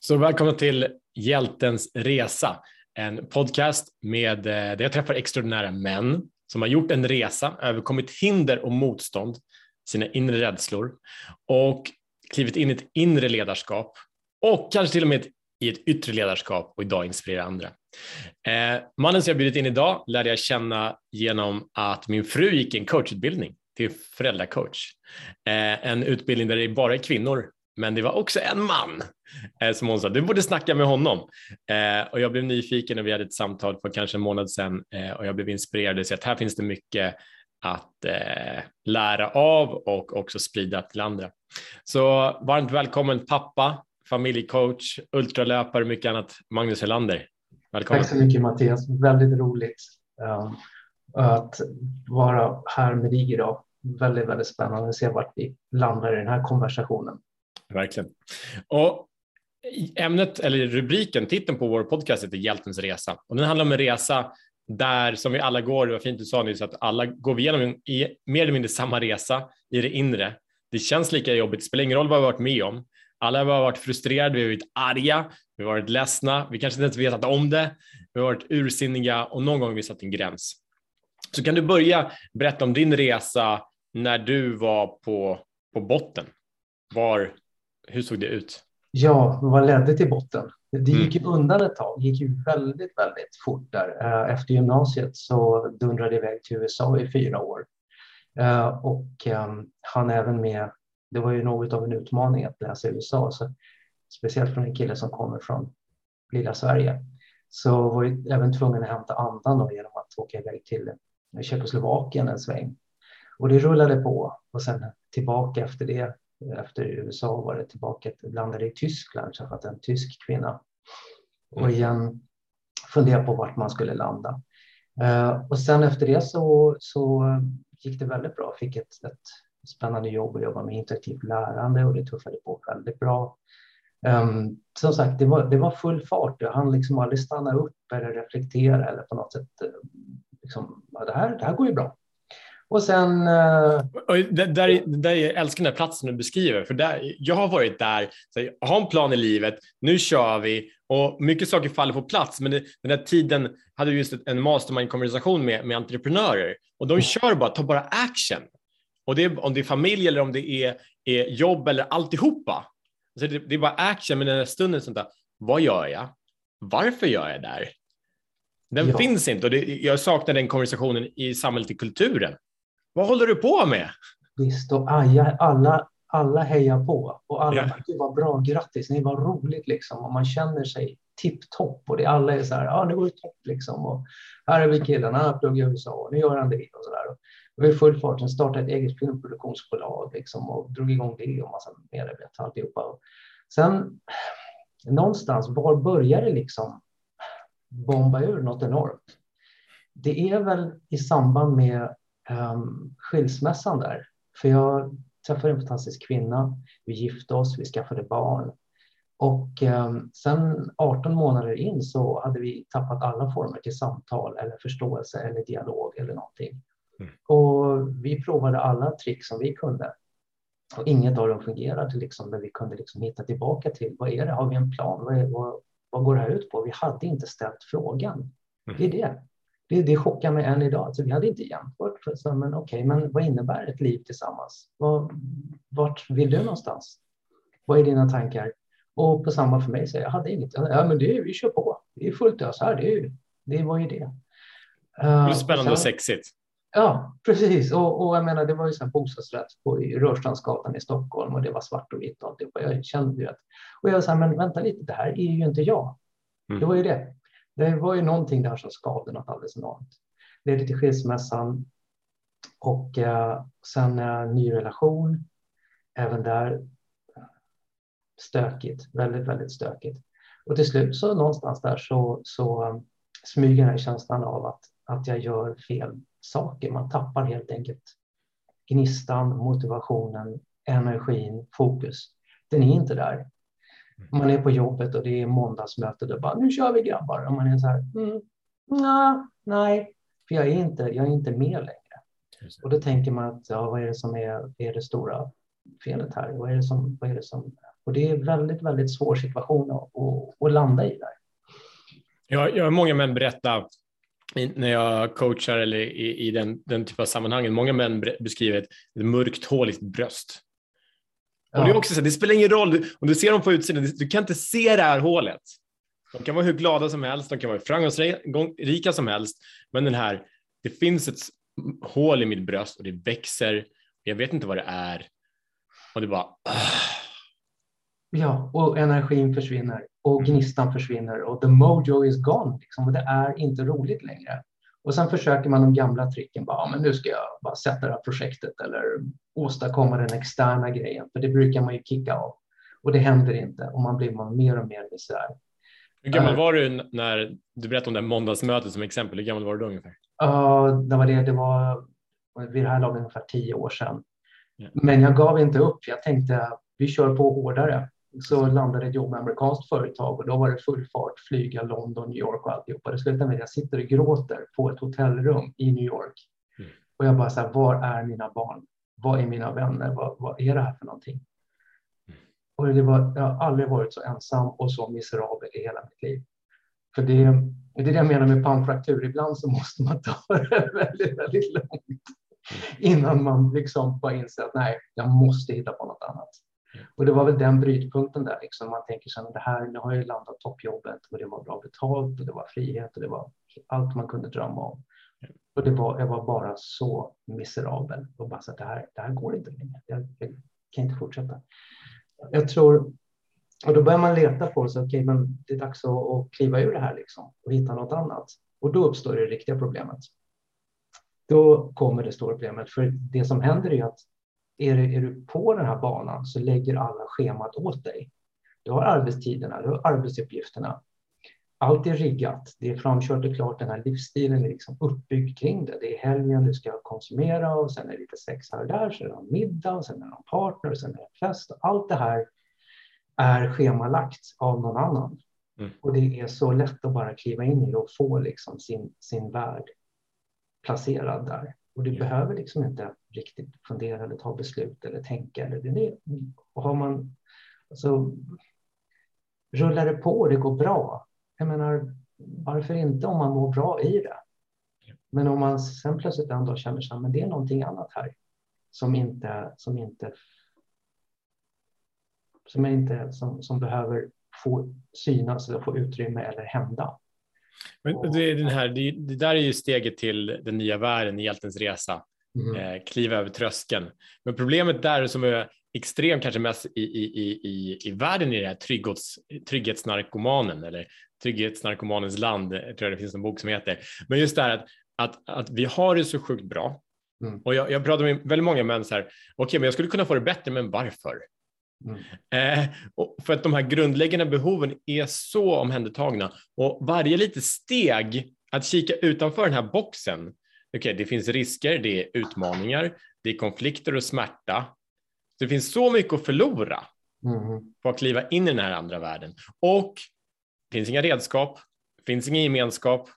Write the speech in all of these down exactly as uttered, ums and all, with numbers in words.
Så välkomna till Hjältens resa, en podcast med, där jag träffar extraordinära män som har gjort en resa, överkommit hinder och motstånd, sina inre rädslor och klivit in i ett inre ledarskap och kanske till och med i ett yttre ledarskap och idag inspirera andra. Eh, mannen som jag bjudit in idag lärde jag känna genom att min fru gick en coachutbildning till föräldracoach. Eh, en utbildning där det bara är kvinnor. Men det var också en man eh, som hon sa, du borde snacka med honom. Eh, och jag blev nyfiken och vi hade ett samtal för kanske en månad sedan eh, och jag blev inspirerad så att här finns det mycket att eh, lära av och också sprida till andra. Så varmt välkommen pappa, familjecoach, ultralöpare och mycket annat, Magnus Helander. Välkommen. Tack så mycket Mattias, väldigt roligt um, att vara här med dig idag. Väldigt, väldigt spännande att se vart vi landar i den här konversationen. Verkligen. Och ämnet eller rubriken, titeln på vår podcast heter Hjältens resa. Och den handlar om en resa där som vi alla går, det var fint du sa nyss, att alla går igenom i mer eller mindre samma resa i det inre. Det känns lika jobbigt, det spelar ingen roll vad vi har varit med om. Alla har varit frustrerade, vi har varit arga, vi har varit ledsna, vi kanske inte ens vetat om det, vi har varit ursinniga och någon gång har vi satt en gräns. Så kan du börja berätta om din resa när du var på, på botten. Var, hur såg det ut? Ja, vad ledde till botten? Det gick ju undan ett tag, det gick ju väldigt, väldigt fort där. Efter gymnasiet så dundrade jag iväg till U S A i fyra år. Och han även med, det var ju något av en utmaning att läsa i U S A, så speciellt från en kille som kommer från lilla Sverige. Så var jag även tvungen att hämta andan då, genom att åka iväg till Tjeckoslovakien en sväng. Och det rullade på och sen tillbaka efter det. Efter U S A var det tillbaka, landade i Tyskland, så att en tysk kvinna. Och igen fundera på vart man skulle landa. Uh, och sen efter det så, så gick det väldigt bra. Fick ett, ett spännande jobb och jobba med interaktivt lärande och det tuffade på väldigt bra. Um, som sagt, det var, det var full fart. Jag hann liksom aldrig stanna upp eller reflektera eller på något sätt liksom, ja, det, här, det här går ju bra. Och sen... Uh... Och där, där, där jag älskar den här platsen du beskriver. För där, jag har varit där, så jag har en plan i livet, nu kör vi. Och mycket saker faller på plats. Men det, den här tiden hade vi just en mastermind-konversation med, med entreprenörer. Och de mm. kör bara, tar bara action. Och det är, om det är familj eller om det är, är jobb eller alltihopa. Så det, det är bara action, men den här stunden sånt där, vad gör jag? Varför gör jag där? Den ja. finns inte. Och det, jag saknar den konversationen i samhället, i kulturen. Vad håller du på med? Visst, och alla, alla, alla hejar på. Och alla, ja. det var bra, grattis, det var roligt liksom. Och man känner sig tipptopp. Och det, alla är så här, ja nu går det topp liksom. Och här är vi killarna, här pluggar i U S A. Och nu gör han det och så där. Och vi är full fart, sen startade ett eget filmproduktionsbolag liksom. Och drog igång det och massa medarbetare alltihopa. Och sen, någonstans, var börjar det liksom bomba ur något enormt? Det är väl i samband med Um, skilsmässan där. För jag träffade en fantastisk kvinna. Vi gifte oss, vi skaffade barn. Och um, sen arton månader in så hade vi tappat alla former till samtal eller förståelse eller dialog eller någonting. Mm. Och vi provade alla trick som vi kunde. Och inget av dem fungerade liksom, där vi kunde liksom hitta tillbaka till. Vad är det? Har vi en plan? Vad, är, vad, vad går det här ut på? Vi hade inte ställt frågan. Mm. Det är det. Det, det chockar mig än idag. Alltså, vi hade inte jämfört. Så, men okej, okay, men vad innebär ett liv tillsammans? Vad, vart vill du någonstans? Vad är dina tankar? Och på samma för mig, så jag hade inget. Ja, men det är, vi kör på. Det är fullt ös här. Det, är, det var ju det. Uh, det är spännande och, sen, och sexigt. Ja, precis. Och, och jag menar, det var ju så här bostadsrätt på Rörstrandsgatan i Stockholm. Och det var svart och vitt. Och allt. Jag kände ju att... Och jag sa, men vänta lite, det här är ju inte jag. Mm. Det var ju det. Det var ju någonting där som skadade något alldeles enormt. Det ledde till skilsmässan och eh, sen en eh, ny relation. Även där stökigt, väldigt, väldigt stökigt. Och till slut så någonstans där så, så um, smyger den här känslan av att, att jag gör fel saker. Man tappar helt enkelt gnistan, motivationen, energin, fokus. Den är inte där. Man är på jobbet och det är måndagsmöte och bara, nu kör vi grabbar. Och man är så här, mm, na, nej, för jag är, inte, jag är inte med längre. Och då tänker man att, ja, vad är det som är, är det stora felet här? Vad är det som, vad är det som, Och det är väldigt, väldigt svår situation att, att, att landa i där. Jag, jag har många män berätta när jag coachar eller i, i den, den typen av sammanhangen. Många män beskriver ett, ett mörkt hål i sitt bröst. Och ja. Det är också så, det spelar ingen roll om du ser dem på utsidan. Du kan inte se det här hålet. De kan vara hur glada som helst, de kan vara framgångsrika som helst. Men den här, det finns ett hål i mitt bröst och det växer. Jag vet inte vad det är. Och det bara... Ja, och energin försvinner. Och gnistan försvinner. Och the mojo is gone. Liksom, och det är inte roligt längre. Och sen försöker man de gamla tricken. Bara, ja, men nu ska jag bara sätta det här projektet. Eller åstadkomma den externa grejen. För det brukar man ju kicka av. Och det händer inte. Och man blir man mer och mer besvär. Hur gammal var du när du berättade om det här måndagsmötet som exempel? Hur gammal var du då ungefär? Ja, uh, det var det. Det var vid det här laget ungefär tio år sedan. Yeah. Men jag gav inte upp. Jag tänkte vi kör på hårdare. Så landade ett jobb med amerikanskt företag och då var det full fart, flyga London, New York och alltihopa. Det slutar med att jag sitter och gråter på ett hotellrum i New York. Mm. Och jag bara så här, var är mina barn? Vad är mina vänner? Vad, vad är det här för någonting? Mm. Och det var, jag har aldrig varit så ensam och så miserabel i hela mitt liv. För det, det är det jag menar med panfraktur. Ibland så måste man ta det väldigt, väldigt långt. Innan man liksom bara inser att nej, jag måste hitta på något annat. Och det var väl den brytpunkten där liksom. Man tänker sig att det här, nu har jag landat toppjobbet och det var bra betalt och det var frihet och det var allt man kunde drömma om. Och det var, jag var bara så miserabel och bara så att det här, det här går inte längre. Jag, jag kan inte fortsätta. Jag tror, och då börjar man leta på så okej, okay, men det är dags att, att kliva ur det här liksom och hitta något annat. Och då uppstår det riktiga problemet. Då kommer det stora problemet, för det som händer är att Är du, är du på den här banan så lägger alla schemat åt dig. Du har arbetstiderna, du har arbetsuppgifterna. Allt är riggat, det är framkört och klart. Den här livsstilen är liksom uppbyggd kring det. Det är helgen du ska konsumera och sen är det lite sex här och där. Så är det en middag och sen är det en partner och sen är det en fest. Allt det här är schemalagt av någon annan. Mm. Och det är så lätt att bara kliva in i det och få liksom sin, sin värld placerad där. Och du yeah. behöver liksom inte riktigt fundera eller ta beslut eller tänka. Eller det. Och har man, alltså, rullar det på, det går bra. Jag menar, varför inte om man mår bra i det? Yeah. Men om man sen plötsligt en dag känner sig, men det är någonting annat här. Som inte, som inte, som inte, som, som behöver få synas eller få utrymme eller hända. Men det, är den här, det, det där är ju steget till den nya världen i hjältens resa. Mm. Eh, kliva över tröskeln. Men problemet där som är extremt kanske mest i, i, i, i världen är det här trygghets, trygghetsnarkomanen eller trygghetsnarkomanens land. Jag tror det finns en bok som heter. Men just det här att, att, att vi har det så sjukt bra. Mm. Och jag, jag pratar med väldigt många män så här. Okej, okay, men jag skulle kunna få det bättre, men varför? Mm. Eh, och för att de här grundläggande behoven är så omhändertagna och varje litet steg att kika utanför den här boxen, okej, okay, det finns risker, det är utmaningar, det är konflikter och smärta, så det finns så mycket att förlora mm. på att kliva in i den här andra världen och det finns inga redskap, det finns ingen gemenskap.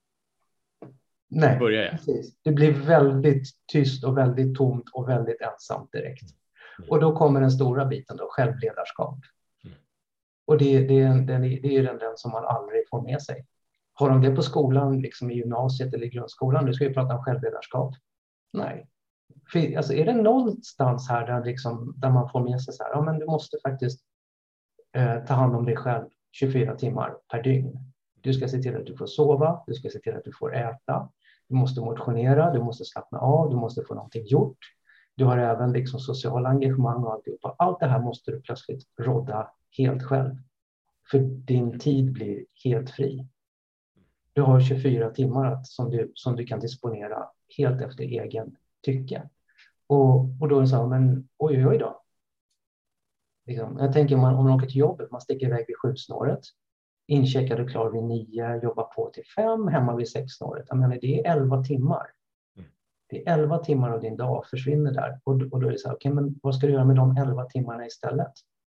Nej, precis. Det blir väldigt tyst och väldigt tomt och väldigt ensamt direkt. Mm. Och då kommer den stora biten då, självledarskap. Mm. Och det, det, det, det är ju den, den som man aldrig får med sig. Har de det på skolan, liksom i gymnasiet eller i grundskolan, nu ska vi prata om självledarskap. Nej. För, alltså, är det någonstans här där, liksom, där man får med sig så här, ja men du måste faktiskt eh, ta hand om dig själv tjugofyra timmar per dygn. Du ska se till att du får sova, du ska se till att du får äta, du måste motionera, du måste slappna av, du måste få någonting gjort. Du har även liksom sociala engagemang och alltihopa. Allt det här måste du plötsligt rodda helt själv. För din tid blir helt fri. Du har tjugofyra timmar att, som, du, som du kan disponera helt efter egen tycke. Och, och då är det så här, men oj oj oj då. Liksom, jag tänker om man, om man åker till jobbet, man sticker iväg vid sju-snåret. Incheckad och klar vid nio, jobbar på till fem, hemma vid sex-snåret. Jag menar, det är elva timmar. Det är elva timmar av din dag försvinner där. Och, och då är det så här, okej, okay, men vad ska du göra med de elva timmarna istället?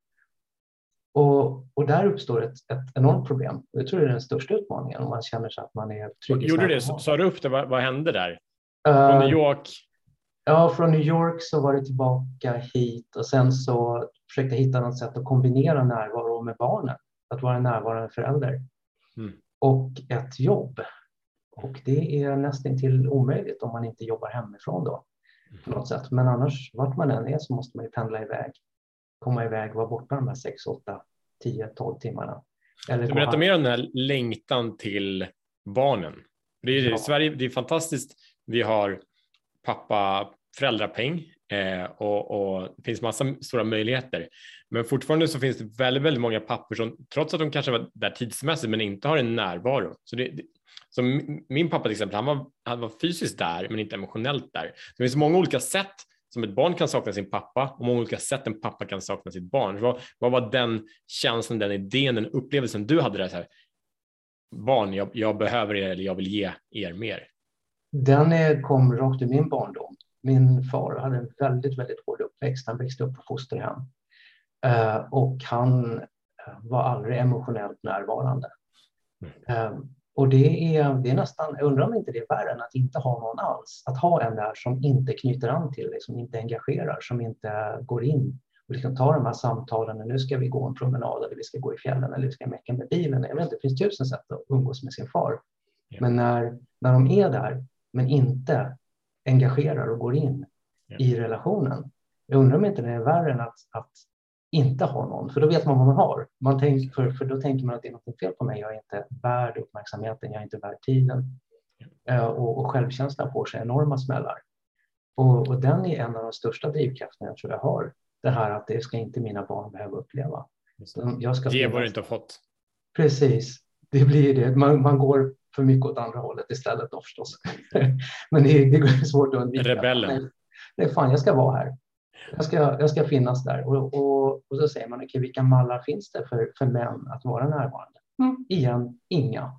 Och, och där uppstår ett, ett enormt problem. Jag tror det är den största utmaningen om man känner sig att man är trygg. Gjorde du det? Sa du upp det? Vad, vad hände där? Från uh, New York? Ja, från New York så var det tillbaka hit och sen så försökte jag hitta något sätt att kombinera närvaro med barnen. Att vara en närvarande förälder. Mm. Och ett jobb. Och det är nästan till omöjligt om man inte jobbar hemifrån då. På något sätt. Men annars, vart man än är så måste man ju pendla iväg. Komma iväg, vara borta de här sex, åtta, tio, tolv timmarna. Eller du berättar mer om den här längtan till barnen. Det är, ja. Sverige, det är fantastiskt. Vi har pappa föräldrapeng eh, och, och det finns massa stora möjligheter. Men fortfarande så finns det väldigt, väldigt många pappor som, trots att de kanske var där tidsmässigt men inte har en närvaro. Så det, det, som min pappa till exempel, han var, han var fysiskt där men inte emotionellt där. Det finns många olika sätt som ett barn kan sakna sin pappa och många olika sätt en pappa kan sakna sitt barn. Vad, vad var den känslan, den idén, den upplevelsen du hade där? Så här, barn, jag, jag behöver er eller jag vill ge er mer. Den är, kom rakt ur min barndom. Min far hade en väldigt, väldigt hård uppväxt. Han växte upp på fosterhem. Uh, och han var aldrig emotionellt närvarande. Mm. Uh, och det är, det är nästan, jag undrar om inte det är värre än att inte ha någon alls. Att ha en där som inte knyter an till dig, som inte engagerar, som inte går in och liksom tar de här samtalen. Nu ska vi gå en promenad eller vi ska gå i fjällen eller vi ska mecka med bilen. Jag vet inte, det finns tusen sätt att umgås med sin far. Yeah. Men när, när de är där men inte engagerar och går in yeah. i relationen. Jag undrar om inte det är värre än att, att inte ha någon. För då vet man vad man har. Man tänker, för, för då tänker man att det är något fel på mig. Jag är inte värd uppmärksamheten. Jag är inte värd tiden. Yeah. Uh, och, och självkänslan får sig enorma smällar. Och, och den är en av de största drivkrafterna jag tror jag har. Det här att det ska inte mina barn behöva uppleva. Jag ska ge vad du inte har fått. Precis. Det blir det. Man, man går för mycket åt andra hållet istället då förstås. Men det, det är svårt att undvika. Rebellen. Nej, fan, jag ska vara här. Jag ska, jag ska finnas där. Och, och, och så säger man, okay, vilka mallar finns det för, för män att vara närvarande? Mm. Igen, inga.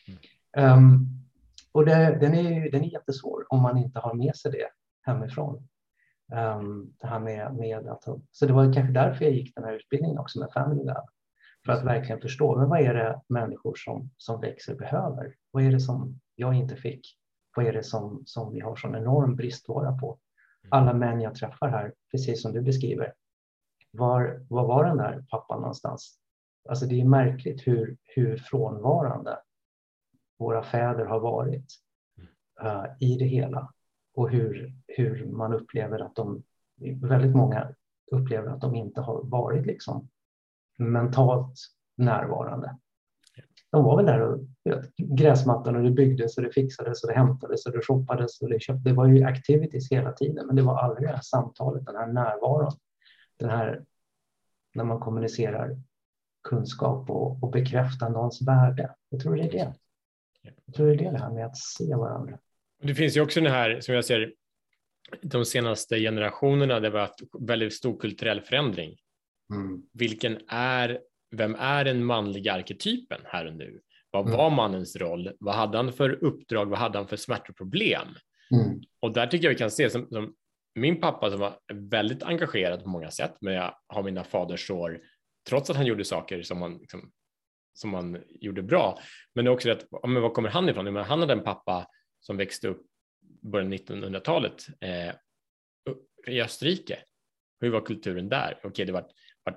Mm. Um, och det, den, är, den är jättesvår om man inte har med sig det hemifrån. Um, det här med, med att, så det var kanske därför jag gick den här utbildningen också med Family Lab. För att verkligen förstå, men vad är det människor som, som växer behöver? Vad är det som jag inte fick? Vad är det som, som vi har sån enorm bristvara på? Alla män jag träffar här, precis som du beskriver. Var, var var den där pappan någonstans? Alltså det är märkligt hur, hur frånvarande våra fäder har varit uh, i det hela. Och hur, hur man upplever att de, väldigt många upplever att de inte har varit liksom mentalt närvarande. De var väl där och vet, gräsmattan och det byggdes och det fixades och det hämtades och det shoppades och det köptes. Det var ju activities hela tiden, men det var aldrig det här samtalet, den här närvaron. Den här, när man kommunicerar kunskap och, och bekräftar någons värde. Jag tror det är det. Jag tror det är det, det här med att se varandra. Det finns ju också den här, som jag ser, de senaste generationerna, det var ett väldigt stor kulturell förändring. Mm. Vilken är, vem är den manliga arketypen här och nu? Vad mm. var mannens roll? Vad hade han för uppdrag? Vad hade han för smärtproblem? Mm. Och där tycker jag vi kan se som, som min pappa som var väldigt engagerad på många sätt, men jag har mina fadersår, trots att han gjorde saker som han, liksom, som han gjorde bra. Men det är också att, men var kommer han ifrån? Men han hade en pappa som växte upp i början av nittonhundratalet eh, i Österrike. Hur var kulturen där? Okej, det var, var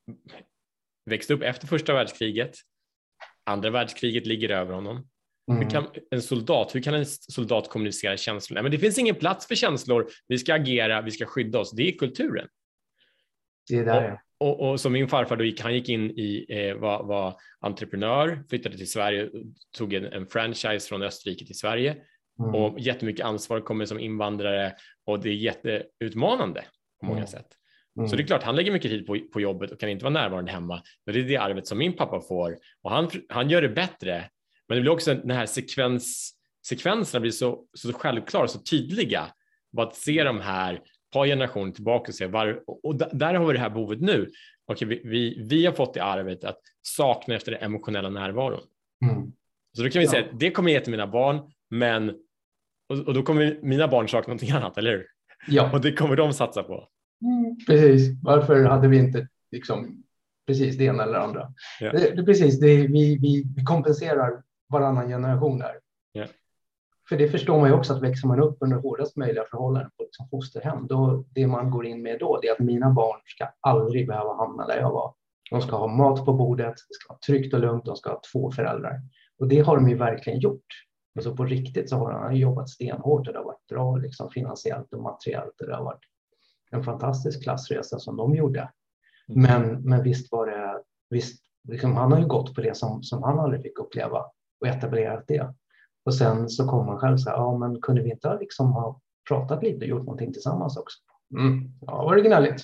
växte upp efter första världskriget. Andra världskriget ligger över honom. Mm. Hur kan en soldat, hur kan en soldat kommunicera känslor? Nej, men det finns ingen plats för känslor. Vi ska agera, vi ska skydda oss. Det är kulturen. Det är där. Och, och, och som min farfar då gick, han gick in i, eh, var, var entreprenör, flyttade till Sverige, tog en, en franchise från Österrike till Sverige. Mm. Och jättemycket ansvar kommer som invandrare och det är jätteutmanande på många mm. sätt. Mm. Så det är klart, han lägger mycket tid på, på jobbet och kan inte vara närvarande hemma. Men det är det arvet som min pappa får. Och han, han gör det bättre. Men det blir också den här sekvens, sekvenserna blir så, så självklara, så tydliga. Bara att se de här ett par generationer tillbaka och se var, och där har vi det här behovet nu. Okej, vi, vi, vi har fått det arvet att sakna efter den emotionella närvaron. Mm. Så då kan vi ja. säga att det kommer ge till mina barn, men och, och då kommer mina barn sakna någonting annat, eller hur? Ja. Och det kommer de satsa på. Mm, precis. Varför hade vi inte liksom precis det ena eller andra? Ja. Det, det, precis, det, vi, vi, vi kompenserar varannan generation där. Ja. för det förstår man ju också att växer man upp under hårdast möjliga förhållanden på liksom fosterhem, då det man går in med då, det är att mina barn ska aldrig behöva hamna där jag var. De ska ha mat på bordet, det ska vara tryggt och lugnt, de ska ha två föräldrar. Och det har de ju verkligen gjort. Alltså på riktigt så har han jobbat stenhårt och det har varit bra liksom finansiellt och materiellt. Och det har varit en fantastisk klassresa som de gjorde. Men, men visst var det, visst, liksom, han har ju gått på det som, som han aldrig fick uppleva och etablerat det. Och sen så kom man själv så här, ja men kunde vi inte liksom ha pratat lite och gjort någonting tillsammans också? Mm. Ja, var det gnälligt.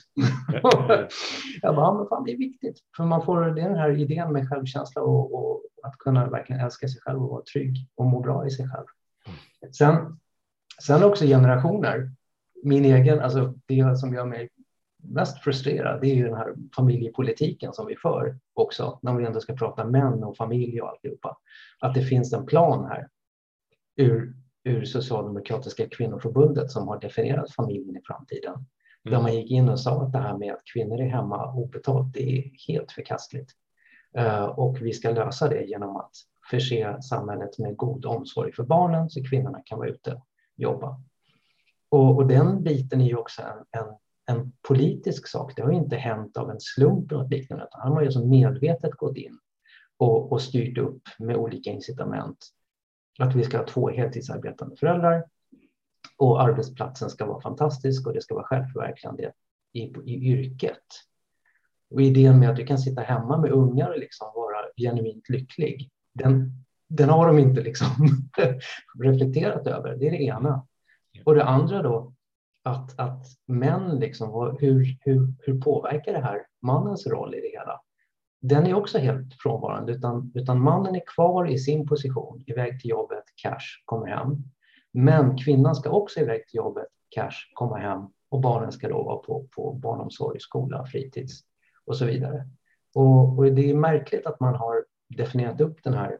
Jag bara, ja, men fan det är viktigt. För man får, det är den här idén med självkänsla och, och att kunna verkligen älska sig själv och vara trygg och må bra i sig själv. Sen, sen också generationer. Min egen, alltså det som gör mig mest frustrerad, det är ju den här familjepolitiken som vi för också. När vi ändå ska prata män och familj och alltihopa. Att det finns en plan här ur ur Socialdemokratiska kvinnoförbundet som har definierat familjen i framtiden. Mm. Där man gick in och sa att det här med att kvinnor är hemma obetalt, det är helt förkastligt. Uh, och vi ska lösa det genom att förse samhället med god omsorg för barnen så kvinnorna kan vara ute och jobba. Och, och den biten är ju också en, en, en politisk sak. Det har ju inte hänt av en slump eller liknande, utan han har ju så medvetet gått in och, och styrt upp med olika incitament. Att vi ska ha två heltidsarbetande föräldrar och arbetsplatsen ska vara fantastisk och det ska vara självförverkligande i, i yrket. Och idén med att du kan sitta hemma med ungar och liksom vara genuint lycklig, den, den har de inte liksom reflekterat över. Det är det ena. Och det andra då, att, att män liksom, hur, hur, hur påverkar det här mannens roll i det hela? Den är också helt frånvarande, utan, utan mannen är kvar i sin position, iväg till jobbet, cash, kommer hem. Men kvinnan ska också iväg till jobbet, cash, komma hem och barnen ska då vara på, på barnomsorg, skola, fritids och så vidare. Och, och det är märkligt att man har definierat upp den här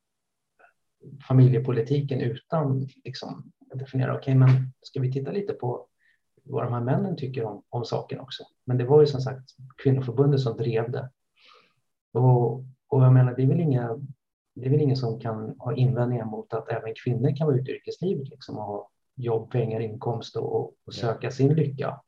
familjepolitiken utan liksom definiera, okej, okay, men ska vi titta lite på vad de här männen tycker om, om saken också. Men det var ju som sagt kvinnoförbundet som drev det. Och, och jag menar, det är väl inga, det är väl ingen som kan ha invändningar mot att även kvinnor kan vara ute i yrkeslivet liksom, och ha jobb, pengar, inkomst och, och söka sin lycka.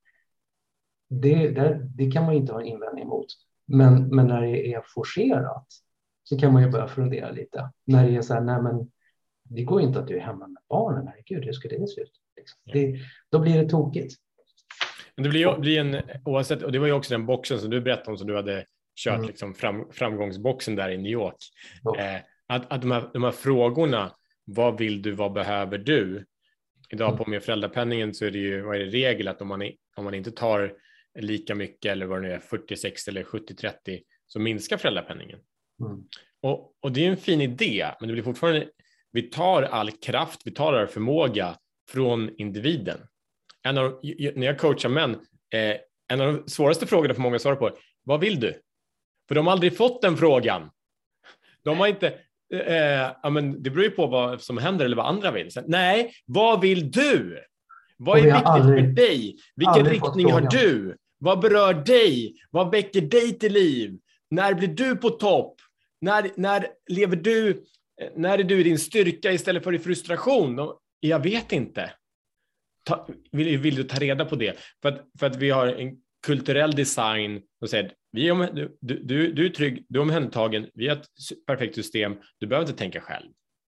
Det, det, det kan man inte ha en invändning mot. Men, men när det är forcerat så kan man ju börja fundera lite. När det är så här, nej men det går inte att du är hemma med barnen. Herregud, hur ska det se ut? Liksom. Det, då blir det tokigt. Men det blir, blir en, oavsett, och det var ju också den boxen som du berättade om som du hade kört mm. liksom fram, framgångsboxen där i New York. Oh. Eh, att att de, här, de här frågorna, vad vill du, vad behöver du? Idag mm. på med föräldrapenningen så är det ju, vad är det regel att om man, om man inte tar lika mycket eller vad det nu är, fyrtio sextio eller sjuttio trettio så minskar föräldrapenningen. Mm. Och, och det är en fin idé, men det blir fortfarande, vi tar all kraft, vi tar all förmåga från individen. En av, när jag coachar män, eh, en av de svåraste frågorna för många att svara på, vad vill du? För de har aldrig fått den frågan. De har inte, eh, ja, men det beror ju på vad som händer eller vad andra vill. Så, nej, vad vill du? Vad är viktigt aldrig, för dig? Vilken riktning har du? Vad berör dig? Vad väcker dig till liv? När blir du på topp? När, när lever du, när är du i din styrka istället för i frustration? Jag vet inte. Ta, vill, vill du ta reda på det? För att, för att vi har en kulturell design och säger, vi är, du, du, du är trygg, du är omhändertagen, vi har ett perfekt system, du behöver inte tänka själv.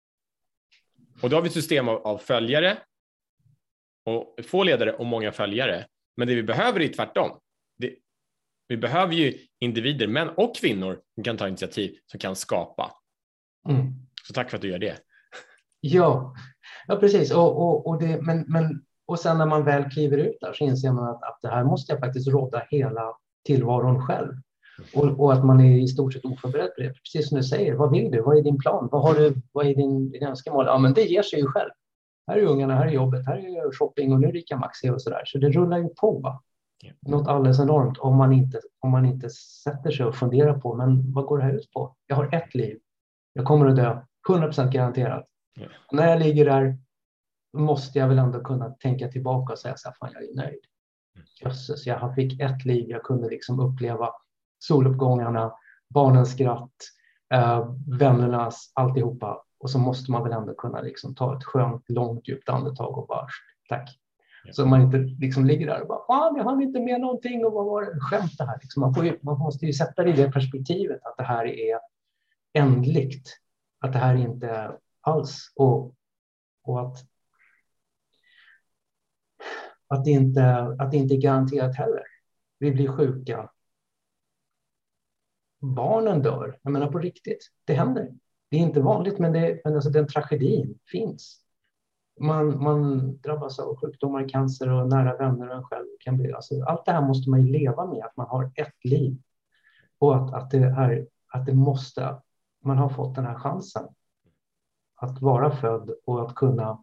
Och då har vi ett system av, av följare och få ledare och många följare. Men det vi behöver är tvärtom. Det, vi behöver ju individer, män och kvinnor som kan ta initiativ, som kan skapa. Mm. Så tack för att du gör det. Ja, ja precis. Och, och, och, det, men, men, och sen när man väl kliver ut där så inser man att, att det här måste jag faktiskt råda hela tillvaron själv. Och, och att man är i stort sett oförberedd på det. Precis som du säger, vad vill du? Vad är din plan? Vad, har du, vad är din, din önskemål? Ja, men det ger sig ju själv. Här är ungarna, här är jobbet, här är shopping och nu är det Ica Maxi och sådär. Så det rullar ju på. Yeah. Något alldeles enormt om man, inte, om man inte sätter sig och funderar på, men vad går det här ut på? Jag har ett liv. Jag kommer att dö, hundra procent garanterat. Yeah. När jag ligger där måste jag väl ändå kunna tänka tillbaka och säga så här, fan jag är nöjd. Mm. Jösses, jag fick ett liv, jag kunde liksom uppleva soluppgångarna, barnens skratt, äh, vännernas, alltihopa. Och så måste man väl ändå kunna liksom ta ett skönt, långt, djupt andetag och bara tack. Ja. Så man inte liksom ligger där och bara, fan, jag hann inte med någonting och vad var det? Skämt det här. Liksom man, får ju, man måste ju sätta det i det perspektivet att det här är ändligt. Att det här inte alls. Och, och att, att, det inte, att det inte är garanterat heller. Vi blir sjuka. Barnen dör. Jag menar på riktigt. Det händer. Det är inte vanligt, men, det, men alltså den tragedin finns. Man, man drabbas av sjukdomar, cancer och nära vänner och en själv kan bli. Alltså, allt det här måste man ju leva med, att man har ett liv. Och att, att, det är, att det måste, man har fått den här chansen. Att vara född och att kunna,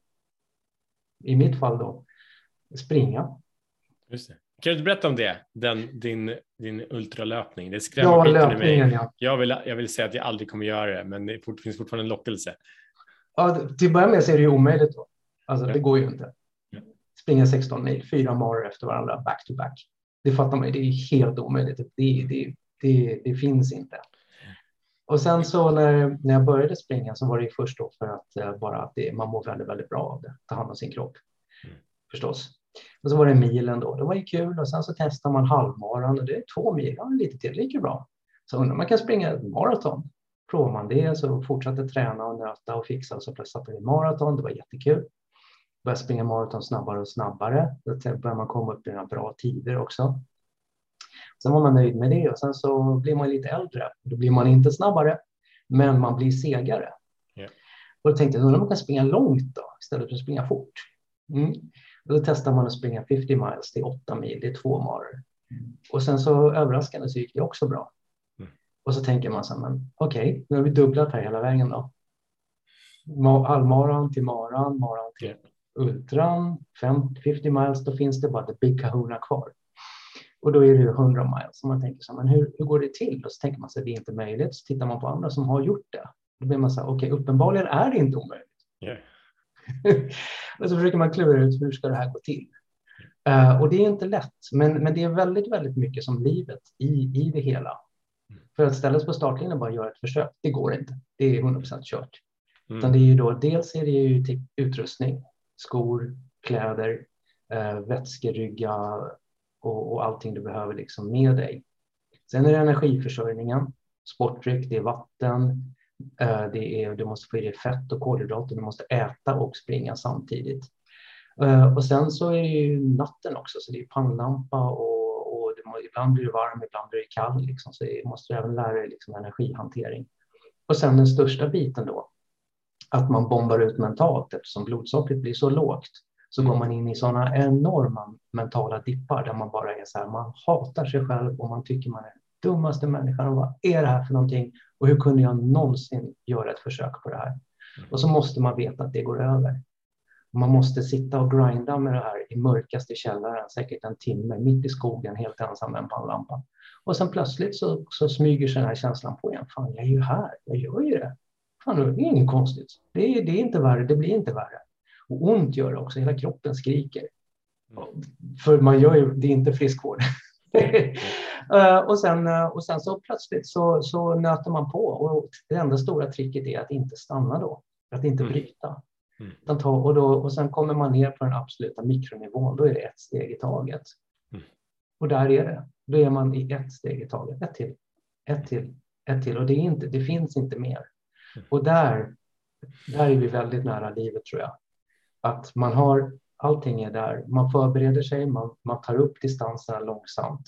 i mitt fall då, springa. Just det. Kan du berätta om det? Den, din, din ultralöpning. Det skrämmer Ja, skiten i löpningen, mig. ja. Jag vill, jag vill säga att jag aldrig kommer göra det, men det finns fortfarande en lockelse. Ja, till att börja med så är det ju omöjligt då. Alltså Ja. det går ju inte. Ja. Springa sexton mil, fyra morgon efter varandra, back to back. Det fattar man ju, det är helt omöjligt. Det, det, det, det finns inte. Och sen så när, när jag började springa så var det ju först då för att uh, bara att det, man mår väldigt, väldigt bra av det. Ta hand om sin kropp, mm. förstås. Och så var det milen då, det var ju kul. Och sen så testar man halvmaran och det är två mil, ja, lite till, lika bra. Så undrar man kan springa ett maraton. Provar man det så fortsatte träna och nöta och fixa och så plötsligt satte vi maraton, det var jättekul. Började springa maraton snabbare och snabbare. Då började man komma upp i några bra tider också. Sen var man nöjd med det och sen så blir man lite äldre. Då blir man inte snabbare, men man blir segare. Yeah. Och då tänkte jag, undrar man kan springa långt då, istället för att springa fort. Mm. Och då testar man att springa femtio miles, det är åtta mil, det är två maror. Mm. Och sen så överraskande så gick det också bra. Mm. Och så tänker man så här, men okej, okay, nu har vi dubblat här hela vägen då. Halvmaran till maran, maran till yeah. ultran, femtio miles, då finns det bara the big kahuna kvar. Och då är det hundra miles. Så man tänker så här, men hur, hur går det till? Och så tänker man sig, det är inte möjligt. Så tittar man på andra som har gjort det. Då blir man så här, okej, okay, uppenbarligen är det inte omöjligt. Yeah. Och så försöker man klura ut, hur ska det här gå till? Uh, och det är inte lätt. Men, men det är väldigt, väldigt mycket som livet i, i det hela. Mm. För att ställas på startlinjen och bara göra ett försök, det går inte. Det är hundra procent kört. Mm. Utan det är ju då, dels är det ju till utrustning. Skor, kläder, uh, vätskerygga och, och allting du behöver liksom med dig. Sen är det energiförsörjningen, sportdryck, det är vatten, det är, du måste få i dig fett och kolhydrater, du måste äta och springa samtidigt. Och sen så är det ju natten också, så det är pannlampa och, och det må, ibland blir det varm, ibland blir det kall, liksom, så det måste du även lära dig liksom, energihantering. Och sen den största biten då, att man bombar ut mentalt eftersom blodsockret blir så lågt. Så går man in i sådana enorma mentala dippar där man bara är så här, man hatar sig själv och man tycker man är den dummaste människan och vad är det här för någonting och hur kunde jag någonsin göra ett försök på det här? Och så måste man veta att det går över. Man måste sitta och grinda med det här i mörkaste källaren, säkert en timme, mitt i skogen, helt ensam med en pannlampa. Och sen plötsligt så, så smyger sig den här känslan på igen. Fan, jag är ju här, jag gör ju det. Fan, det är inget konstigt. Det är, det är inte värre, det blir inte värre. Och ont gör det också, hela kroppen skriker. För man gör ju, det är inte friskvård. och, sen, och sen så plötsligt så, så nöter man på. Och det enda stora tricket är att inte stanna då. Att inte bryta. Mm. Ta, och, då, och sen kommer man ner på den absoluta mikronivån. Då är det ett steg i taget. Mm. Och där är det. Då är man i ett steg i taget. Ett till. Ett till. Ett till. Och det, är inte, det finns inte mer. Mm. Och där, där är vi väldigt nära livet tror jag. Att man har, allting är där. Man förbereder sig, man, man tar upp distanserna långsamt.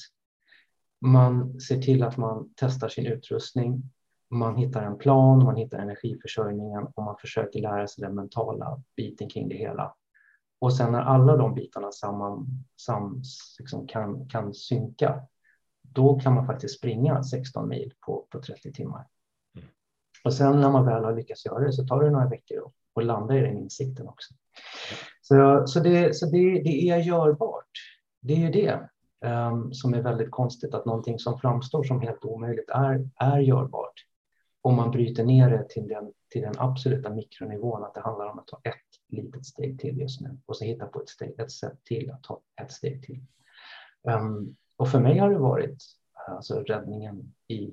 Man ser till att man testar sin utrustning. Man hittar en plan, man hittar energiförsörjningen och man försöker lära sig den mentala biten kring det hela. Och sen när alla de bitarna samman, sam, liksom kan, kan synka, då kan man faktiskt springa sexton mil på, på trettio timmar. Mm. Och sen när man väl har lyckats göra det så tar det några veckor och, och landar i den insikten också. Så, så, det, så det, det är görbart. Det är ju det um, som är väldigt konstigt, att någonting som framstår som helt omöjligt är, är görbart. Om man bryter ner det till den, till den absoluta mikronivån, att det handlar om att ta ett litet steg till just nu. Och så hitta på ett, steg, ett sätt till att ta ett steg till. Um, och för mig har det varit alltså, räddningen i,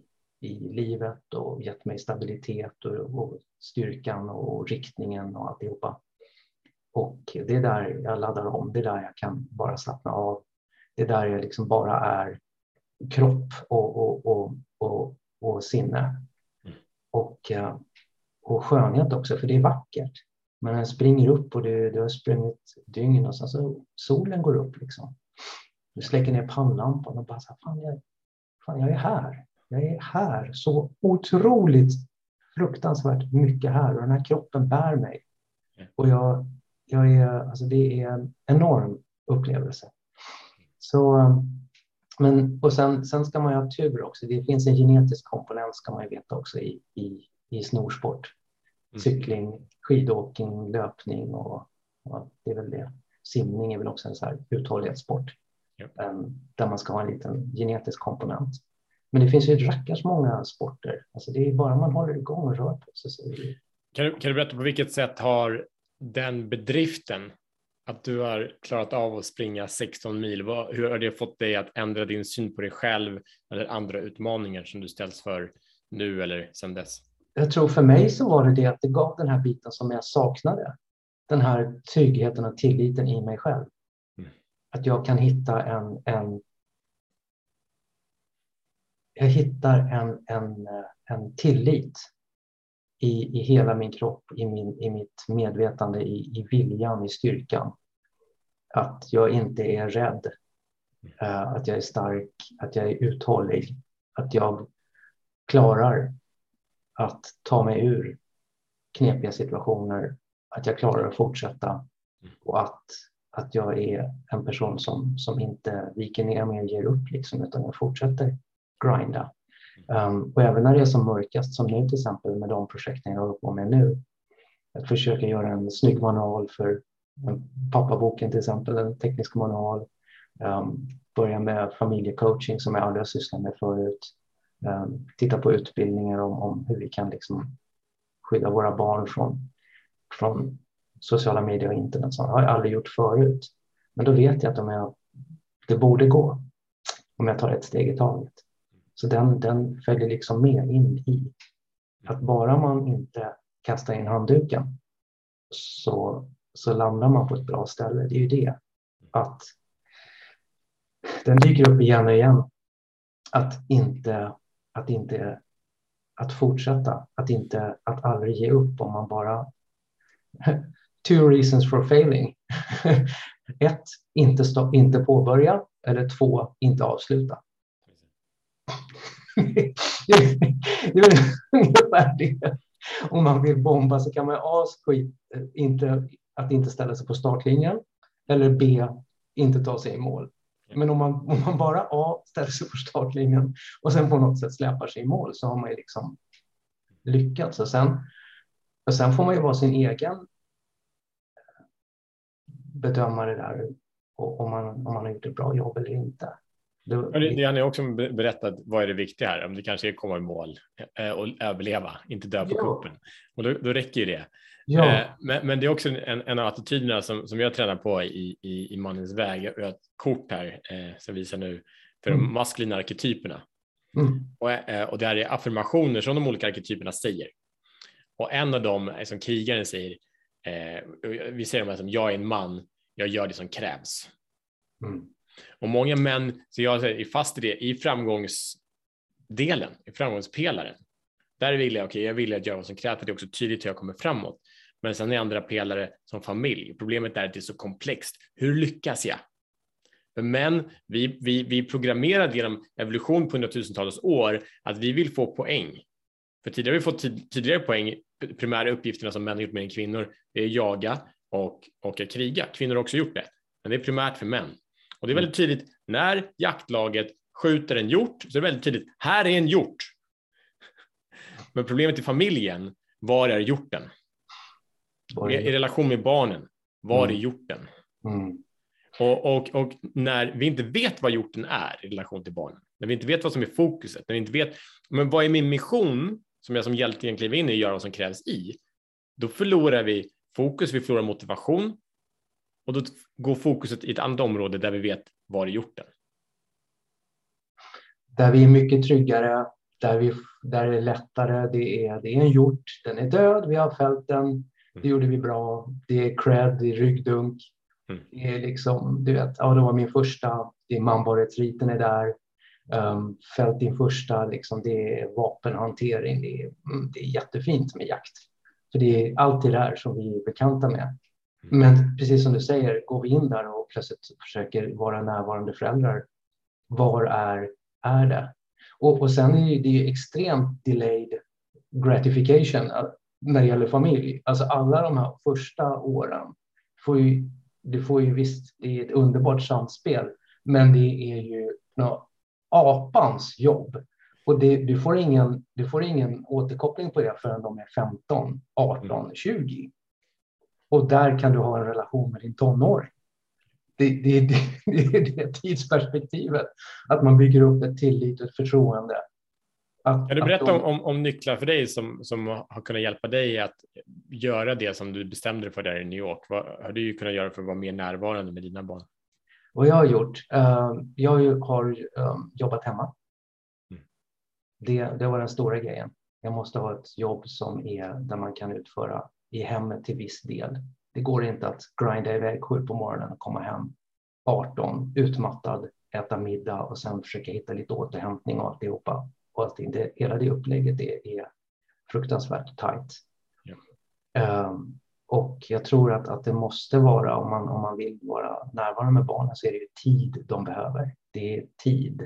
i livet och gett mig stabilitet och, och styrkan och riktningen och alltihopa. Och det är där jag laddar om, det är där jag kan bara slappna av. Det är där jag liksom bara är kropp och, och, och, och, och sinne. Och, och skönhet också, för det är vackert. Men den springer upp och det, det har sprungit dygn och sen så solen går upp liksom. Du släcker ner pannlampan och bara så här, fan jag, fan jag är här. Jag är här så otroligt fruktansvärt mycket här och den här kroppen bär mig. Och jag, jag är, alltså det är en enorm upplevelse. Så, men, och sen, sen ska man ju ha tur också. Det finns en genetisk komponent ska man ju veta också i, i, i snorsport. Cykling, skidåkning, löpning och, och det är väl det. Simning är väl också en så här uthållighetssport. Ja. Um, där man ska ha en liten genetisk komponent. Men det finns ju rackars många sporter. Alltså det är bara man håller igång och rör på sig. Så det... kan, du, kan du berätta på vilket sätt har den bedriften att du har klarat av att springa sexton mil, vad, hur har det fått dig att ändra din syn på dig själv eller andra utmaningar som du ställs för nu eller sedan dess? Jag tror för mig så var det det att det gav den här biten som jag saknade. Den här tryggheten och tilliten i mig själv. Mm. Att jag kan hitta en, en jag hittar en, en, en tillit i, i hela min kropp, i, min, i mitt medvetande, i, i viljan, i styrkan. Att jag inte är rädd, uh, att jag är stark, att jag är uthållig, att jag klarar att ta mig ur knepiga situationer, att jag klarar att fortsätta och att, att jag är en person som, som inte viker ner mig och ger upp liksom, utan jag fortsätter grinda. Um, och även när det är som mörkast som nu till exempel med de projekten jag håller på med nu. Att försöka göra en snygg manual för pappaboken till exempel, en teknisk manual. Um, börja med familjecoaching som jag aldrig har sysslat med förut. Um, titta på utbildningar om, om hur vi kan liksom skydda våra barn från, från sociala medier och internet. Så har jag aldrig gjort förut. Men då vet jag att om jag, det borde gå om jag tar ett steg i taget. Så den, den följer liksom med in i att bara man inte kastar in handduken så, så landar man på ett bra ställe. Det är ju det. Att den dyker upp igen och igen. Att inte, att inte, att fortsätta. Att inte, att aldrig ge upp om man bara... Two reasons for failing. Ett, inte, stå, inte påbörja. Eller två, inte avsluta. Det är ungefär det. Om man vill bomba så kan man A, skit, inte, att inte ställa sig på startlinjen. Eller B, inte ta sig i mål. Men om man, om man bara A, ställer sig på startlinjen och sen på något sätt släpar sig i mål så har man ju liksom lyckats. Och sen, och sen får man ju vara sin egen bedömare där. Och om man, om man har gjort ett bra jobb eller inte. Det, det har ni också berättat, vad är det viktiga här? Om det kanske är att komma i mål och överleva, inte dö på kuppen. Och då, då räcker ju det. Ja. Men, men det är också en, en av attityderna som, som jag tränar på i, i, i Mannens väg. Jag har ett kort här eh, som visar nu för mm. de maskulina arketyperna. Mm. Och, och det här är affirmationer som de olika arketyperna säger. Och en av dem är som krigaren säger, eh, vi säger de här som jag är en man, jag gör det som krävs. Mm. Och många män, så jag är fast i det, i framgångsdelen, i framgångspelaren. Där vill jag, okej, okay, jag vill att göra vad som krävs, att det är också tydligt hur jag kommer framåt. Men sen är andra pelare som familj. Problemet är att det är så komplext. Hur lyckas jag? För män, vi, vi, vi programmerade genom evolution på hundratusentals år att vi vill få poäng. För tidigare har vi fått tid, tidigare poäng, primära uppgifterna som män har gjort mer än kvinnor, det är jaga och, och att kriga. Kvinnor har också gjort det, men det är primärt för män. Och det är väldigt tydligt, när jaktlaget skjuter en hjort så är det väldigt tydligt, här är en hjort. Men problemet i familjen, var är hjorten? I, i relation med barnen, var är hjorten? Mm. Och, och, och när vi inte vet vad hjorten är i relation till barnen, när vi inte vet vad som är fokuset, när vi inte vet, men vad är min mission som jag som hjälte egentligen in i och gör vad som krävs i, då förlorar vi fokus, vi förlorar motivation. Och då går fokuset i ett annat område där vi vet var är hjorten. Där vi är mycket tryggare där, vi, där det är lättare. Det är, det är en hjort, den är död, vi har fällt den. Det gjorde vi bra. Det är cred, det är ryggdunk. Mm. Det är liksom, du vet, ja, det var min första. Det är Mambo-retriten är där. Um, fällt din första, liksom, det är vapenhantering. Det är, mm, det är jättefint med jakt. För det är alltid där som vi är bekanta med. Men precis som du säger, går vi in där och plötsligt försöker vara närvarande föräldrar. Var är, är det? Och, och sen är det ju extremt delayed gratification när det gäller familj. Alltså alla de här första åren får ju, du får ju visst, det är ett underbart samspel, men det är ju no, apans jobb. Och det, du, får ingen, du får ingen återkoppling på det förrän de är femton, arton, tjugo. Och där kan du ha en relation med din tonåring. Det, det, det, det är det tidsperspektivet. Att man bygger upp ett tillit och ett förtroende. Att, kan du berätta de... om, om nycklar för dig som, som har kunnat hjälpa dig att göra det som du bestämde dig för där i New York? Vad har du kunnat göra för att vara mer närvarande med dina barn? Vad jag har gjort? Uh, jag har um, jobbat hemma. Mm. Det, det var den stora grejen. Jag måste ha ett jobb som är där man kan utföra i hemmet till viss del. Det går inte att grinda iväg sju på morgonen och komma hem arton, utmattad, äta middag och sen försöka hitta lite återhämtning och alltihopa. Och allting. Det, hela det upplägget det är fruktansvärt tajt. Ja. Um, och jag tror att, att det måste vara, om man, om man vill vara närvarande med barnen, så är det ju tid de behöver. Det är tid.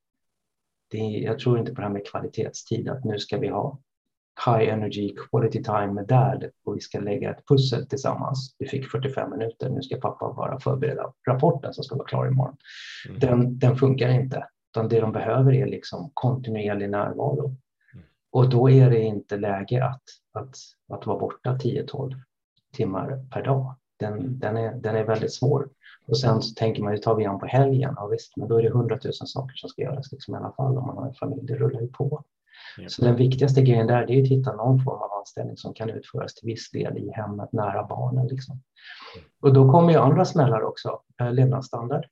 Det är, jag tror inte på det här med kvalitetstid, att nu ska vi ha high energy quality time med dad och vi ska lägga ett pussel tillsammans. Vi fick fyrtiofem minuter, nu ska pappa bara förbereda rapporten som ska vara klar imorgon. Mm. Den, den funkar inte, utan det de behöver är liksom kontinuerlig närvaro. Mm. Och då är det inte läge att, att, att vara borta tio tolv timmar per dag. Den, den, är, den är väldigt svår. Och sen så tänker man ju, tar vi an på helgen, ja visst, men då är det hundratusen saker som ska göras liksom, i alla fall om man har en familj, det rullar ju på. Så den viktigaste grejen där, det är att hitta någon form av anställning som kan utföras till viss del i hemmet nära barnen. Liksom. Och då kommer ju andra smällar också, eh, levnadsstandard.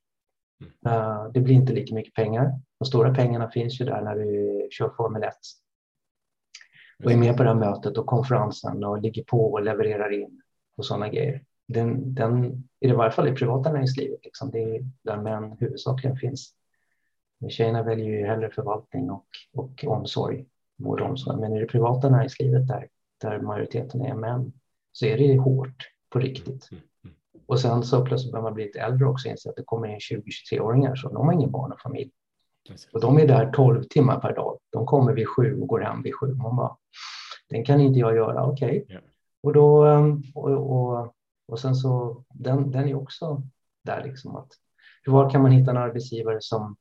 Uh, det blir inte lika mycket pengar. De stora pengarna finns ju där när du kör Formel ett. Och är med på det här mötet och konferensen och ligger på och levererar in och sådana grejer. Den, den är det i varje fall i privata näringslivet. Liksom. Det är där män huvudsakligen finns. Men tjejerna väljer ju hellre förvaltning och, och omsorg, vård och omsorg. Men i det privata näringslivet där, där majoriteten är män, så är det hårt på riktigt. Och sen så plötsligt när man blir lite äldre också inser att det kommer in tjugo till tjugotre-åringar så de har ingen barn och familj. Och de är där tolv timmar per dag. De kommer vid sju och går hem vid sju. Man bara, den kan inte jag göra, okej. Okay. Och då, och, och, och sen så, den, den är också där liksom att, var kan man hitta en arbetsgivare som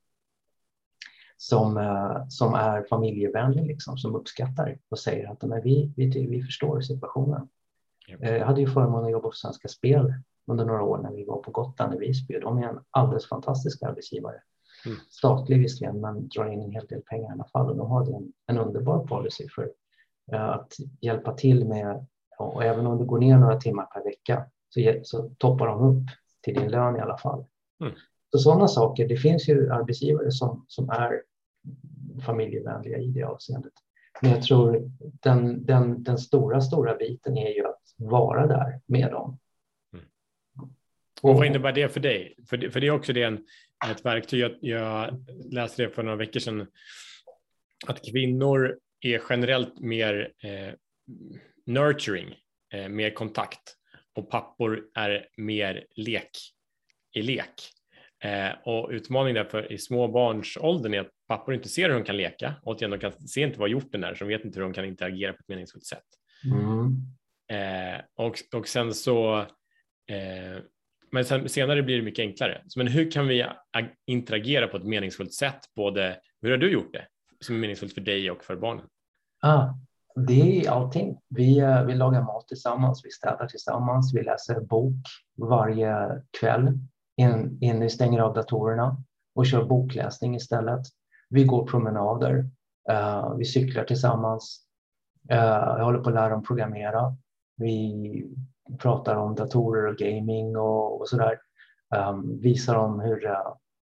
Som, som är familjevänlig, liksom, som uppskattar och säger att men vi, vi, vi förstår situationen. Yep. Jag hade ju förmånen att jobba på Svenska Spel under några år när vi var på Gotland i Visby. De är en alldeles fantastisk arbetsgivare. Mm. Statlig visserligen, men drar in en hel del pengar i alla fall. Och de har en, en underbar policy för uh, att hjälpa till med, och även om du går ner några timmar per vecka så, så toppar de upp till din lön i alla fall. Mm. Så sådana saker, det finns ju arbetsgivare som, som är familjevänliga i det avseendet. Men jag tror den, den, den stora, stora biten är ju att vara där med dem. Mm. Och vad innebär det för dig? För det, för det är också det en, ett verktyg. Jag, jag läste det för några veckor sedan. Att kvinnor är generellt mer eh, nurturing, eh, mer kontakt. Och pappor är mer lek i lek. Eh, och utmaningen därför i småbarnsåldern är att pappor inte ser hur de kan leka. Och att de kan se inte vad hjorten är, så de vet inte hur de kan interagera på ett meningsfullt sätt. Mm. Eh, och, och sen så eh, men sen, senare blir det mycket enklare. Så, men hur kan vi ag- interagera på ett meningsfullt sätt? Både, hur har du gjort det som är meningsfullt för dig och för barnen? Ah, det är allting. Vi, uh, vi lagar mat tillsammans, vi städar tillsammans, vi läser bok varje kväll. In, in vi stänger av datorerna och kör bokläsning istället. Vi går promenader. Uh, vi cyklar tillsammans. Uh, jag håller på att lära dem programmera. Vi pratar om datorer och gaming och, och sådär. Um, visar dem hur, uh,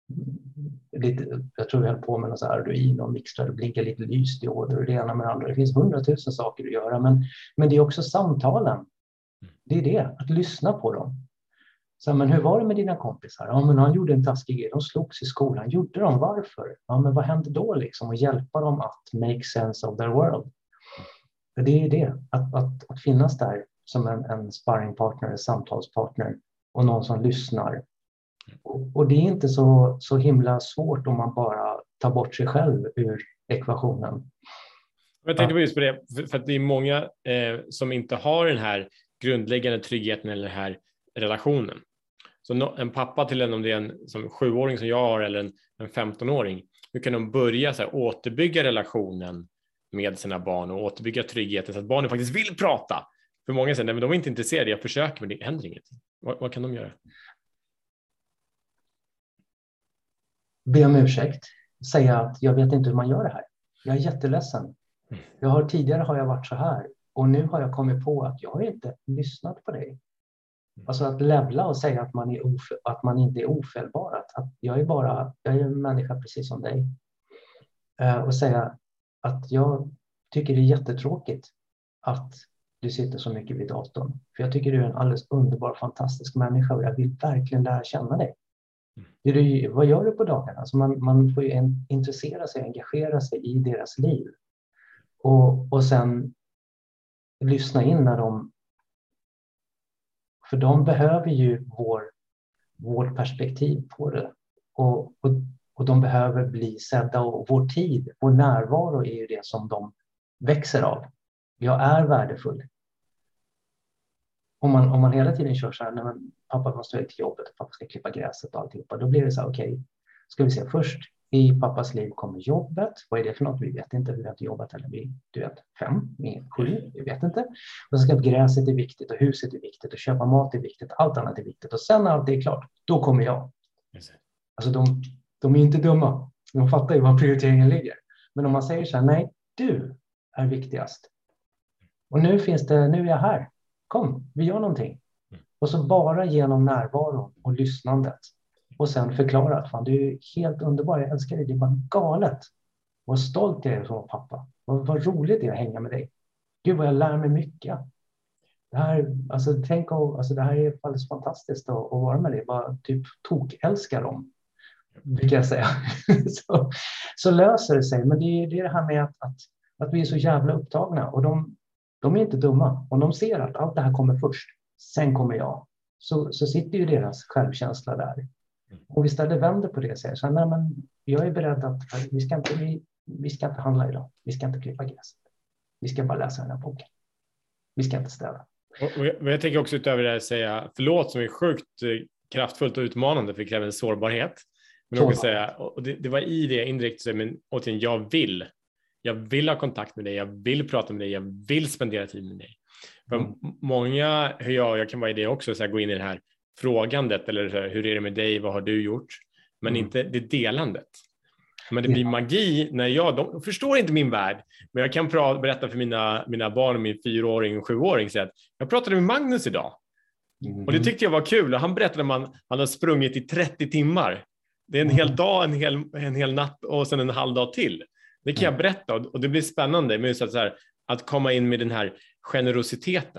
lite, jag tror vi höll på med någon så här Arduino och mixtrade och blinkade lite lysdioder och det ena med det andra. Det finns hundratusen saker att göra, men, men det är också samtalen. Det är det, att lyssna på dem. Så, men hur var det med dina kompisar? Ja, men han gjorde en taskig grej. De slogs i skolan. Gjorde de? Varför? Ja, men vad hände då liksom? Och hjälpa dem att make sense of their world. För det är det, att, att, att finnas där som en, en sparringpartner, en samtalspartner och någon som lyssnar. Och, och det är inte så, så himla svårt om man bara tar bort sig själv ur ekvationen. Jag tänkte på just på det, för att det är många eh, som inte har den här grundläggande tryggheten eller den här relationen. Så no, en pappa till en, om det är en som sjuåring som jag har eller en, en femtonåring, hur kan de börja så här, återbygga relationen med sina barn och återbygga tryggheten så att barnen faktiskt vill prata. För många säger, nej men de är inte intresserade, jag försöker men det händer inget. Vad, vad kan de göra? Be om ursäkt, säga att jag vet inte hur man gör det här. Jag är jätteledsen. Jag har, tidigare har jag varit så här och nu har jag kommit på att jag har inte lyssnat på dig. Alltså att levla och säga att man, är of- att man inte är ofelbar. Att, att jag är bara jag är en människa precis som dig. Uh, och säga att jag tycker det är jättetråkigt att du sitter så mycket vid datorn. För jag tycker du är en alldeles underbar, fantastisk människa och jag vill verkligen lära känna dig. Det är du, vad gör du på dagarna? Alltså man, man får ju en, intressera sig, engagera sig i deras liv. Och, och sen lyssna in när de... För de behöver ju vår, vårt perspektiv på det. Och, och, och de behöver bli sedda och vår tid, vår närvaro är ju det som de växer av. Jag är värdefull. Om man, om man hela tiden kör så här, nej men pappa måste iväg till jobbet, pappa ska klippa gräset och alltihopa. Då blir det så här, okej, okay, ska vi se, först i pappas liv kommer jobbet. Vad är det för något? Vi vet inte, vi har inte jobbat eller vi, du vet, fem, sju, vi vet inte. Och så ska gräset är viktigt och huset är viktigt och köpa mat är viktigt, allt annat är viktigt. Och sen när allt är klart, då kommer jag. Alltså de, de är inte dumma, de fattar ju var prioriteringen ligger. Men om man säger så här, nej, du är viktigast. Och nu finns det, nu är jag här. Kom, vi gör någonting. Och så bara genom närvaro och lyssnandet. Och sen förklara att fan, du är helt underbar, jag älskar dig, det är bara galet. Vad stolt jag är som pappa. Vad, vad roligt det är att hänga med dig. Gud vad jag lär mig mycket. Det här, alltså, tänk och, alltså, det här är alldeles fantastiskt att, att vara med dig. Bara typ tok-älskar dem. Brukar jag säga. så, så löser det sig. Men det är det, är det här med att, att, att vi är så jävla upptagna. Och de, de är inte dumma. Om de ser att allt det här kommer först, sen kommer jag. Så, så sitter ju deras självkänsla där. Och vi istället vänder på det och säger så här, nej men jag är beredd att vi ska, inte, vi, vi ska inte handla idag. Vi ska inte klippa gräset. Vi ska bara läsa den här boken. Vi ska inte ställa. Och, och jag, jag tänker också utöver det här säga förlåt som är sjukt eh, kraftfullt och utmanande för det kräver en sårbarhet. Men också säga, och det, det var i det indirekt så men återigen, jag vill. Jag vill ha kontakt med dig, jag vill prata med dig, jag vill spendera tid med dig. För mm. många, hur jag, jag kan vara i det också, så här, gå in i det här frågandet eller så här, hur är det med dig, vad har du gjort? Men mm. inte det delandet. Men det blir magi när jag, de förstår inte min värld, men jag kan pra, berätta för mina, mina barn, min fyraåring och sjuåring, så att jag pratade med Magnus idag. Mm. Och det tyckte jag var kul. Och han berättade att man, han har sprungit i trettio timmar. Det är en mm. hel dag, en hel, en hel natt och sen en halv dag till. Det kan jag berätta och det blir spännande med så här, att komma in med den här generositeten.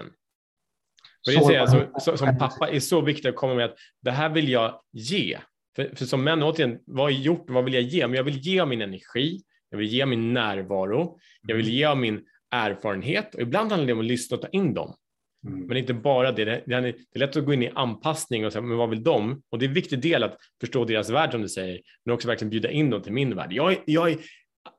För det säger, alltså, så, som pappa är så viktigt att komma med att det här vill jag ge. För, för som män, återigen, vad har jag gjort, vad vill jag ge? Men jag vill ge av min energi, jag vill ge av min närvaro, jag vill ge av min erfarenhet. Och ibland handlar det om att lyssna och ta in dem. Mm. Men inte bara det. Det är, det är lätt att gå in i anpassning och säga, men vad vill de? Och det är en viktig del att förstå deras värld som du säger, men också verkligen bjuda in dem till min värld. Jag, jag är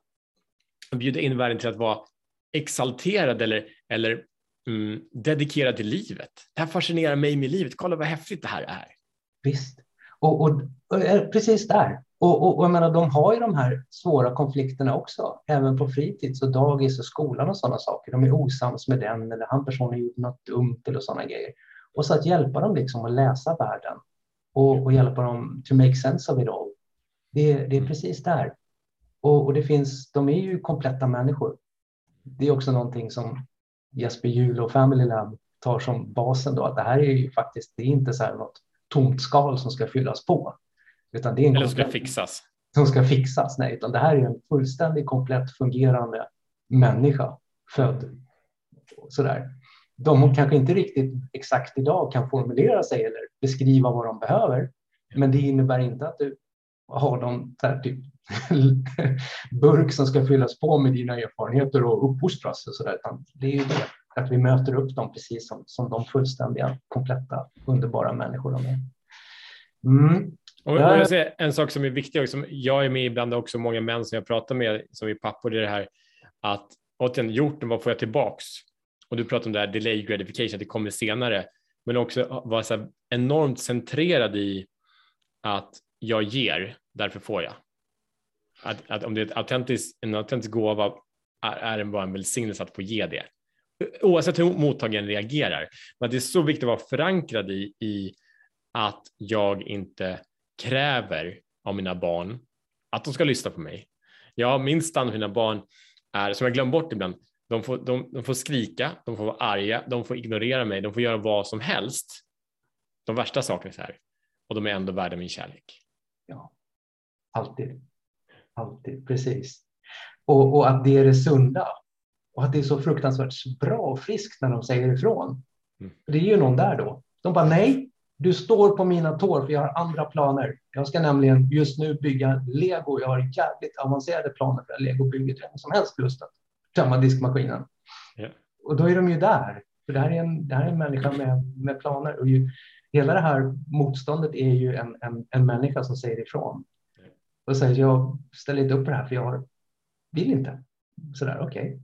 bjuda in världen till att vara exalterad eller, eller mm, dedikerad till livet. Det här fascinerar mig med livet. Kolla vad häftigt det här är. Visst. Och, och, och precis där. Och, och, och jag menar, de har ju de här svåra konflikterna också. Även på fritids och dagis och skolan och sådana saker. De är osams med den eller han personen gjort något dumt eller sådana grejer. Och så att hjälpa dem liksom att läsa världen. Och, och hjälpa dem to make sense of it all. Det, det är precis där. Och, och det finns, de är ju kompletta människor. Det är också någonting som Jesper Juhl och Family Lab tar som basen då. Att det här är ju faktiskt, det är inte så här något tomt skal som ska fyllas på. Utan det är en Eller som ska komplett, fixas. som ska fixas. Nej, utan det här är en fullständigt komplett fungerande människa, född. Sådär. De kanske inte riktigt exakt idag kan formulera sig eller beskriva vad de behöver. Men det innebär inte att du har någon där typ burk som ska fyllas på med dina erfarenheter och uppfostras och sådär. Det är ju det, att vi möter upp dem precis som, som de fullständiga, kompletta, underbara människor de är. Mm. Och, och jag säger en sak som är viktig, och som jag är med ibland också, många män som jag pratar med som är pappor, det är det här att återigen, gjort, vad får jag tillbaks? Och du pratar om det här delay gratification, att det kommer senare, men också vara så här enormt centrerad i att jag ger, därför får jag. Att, att om det är ett autentisk, en autentisk gåva är, är det bara en välsignelse att få ge det. Oavsett hur mottagaren reagerar. Men det är så viktigt att vara förankrad i, i att jag inte kräver av mina barn att de ska lyssna på mig. Jag minns stand mina barn är, som jag glömt bort ibland, de får, de, de får skrika, de får vara arga, de får ignorera mig, de får göra vad som helst. De värsta sakerna så här. Och de är ändå värda min kärlek. Ja, alltid. Alltid, precis. Och, och att det är det sunda. Och att det är så fruktansvärt bra och friskt när de säger ifrån. Mm. Det är ju någon där då. De bara, nej, du står på mina tår för jag har andra planer. Jag ska nämligen just nu bygga Lego. Jag har jävligt avancerade planer för Lego-bygget. Jag har som helst lust att tömma diskmaskinen. Yeah. Och då är de ju där. För det här är en, det här är en människa med, med planer. Och ju, hela det här motståndet är ju en, en, en människa som säger ifrån. Yeah. Och säger, jag ställer inte upp på det här för jag vill inte. Sådär, okej. Okay.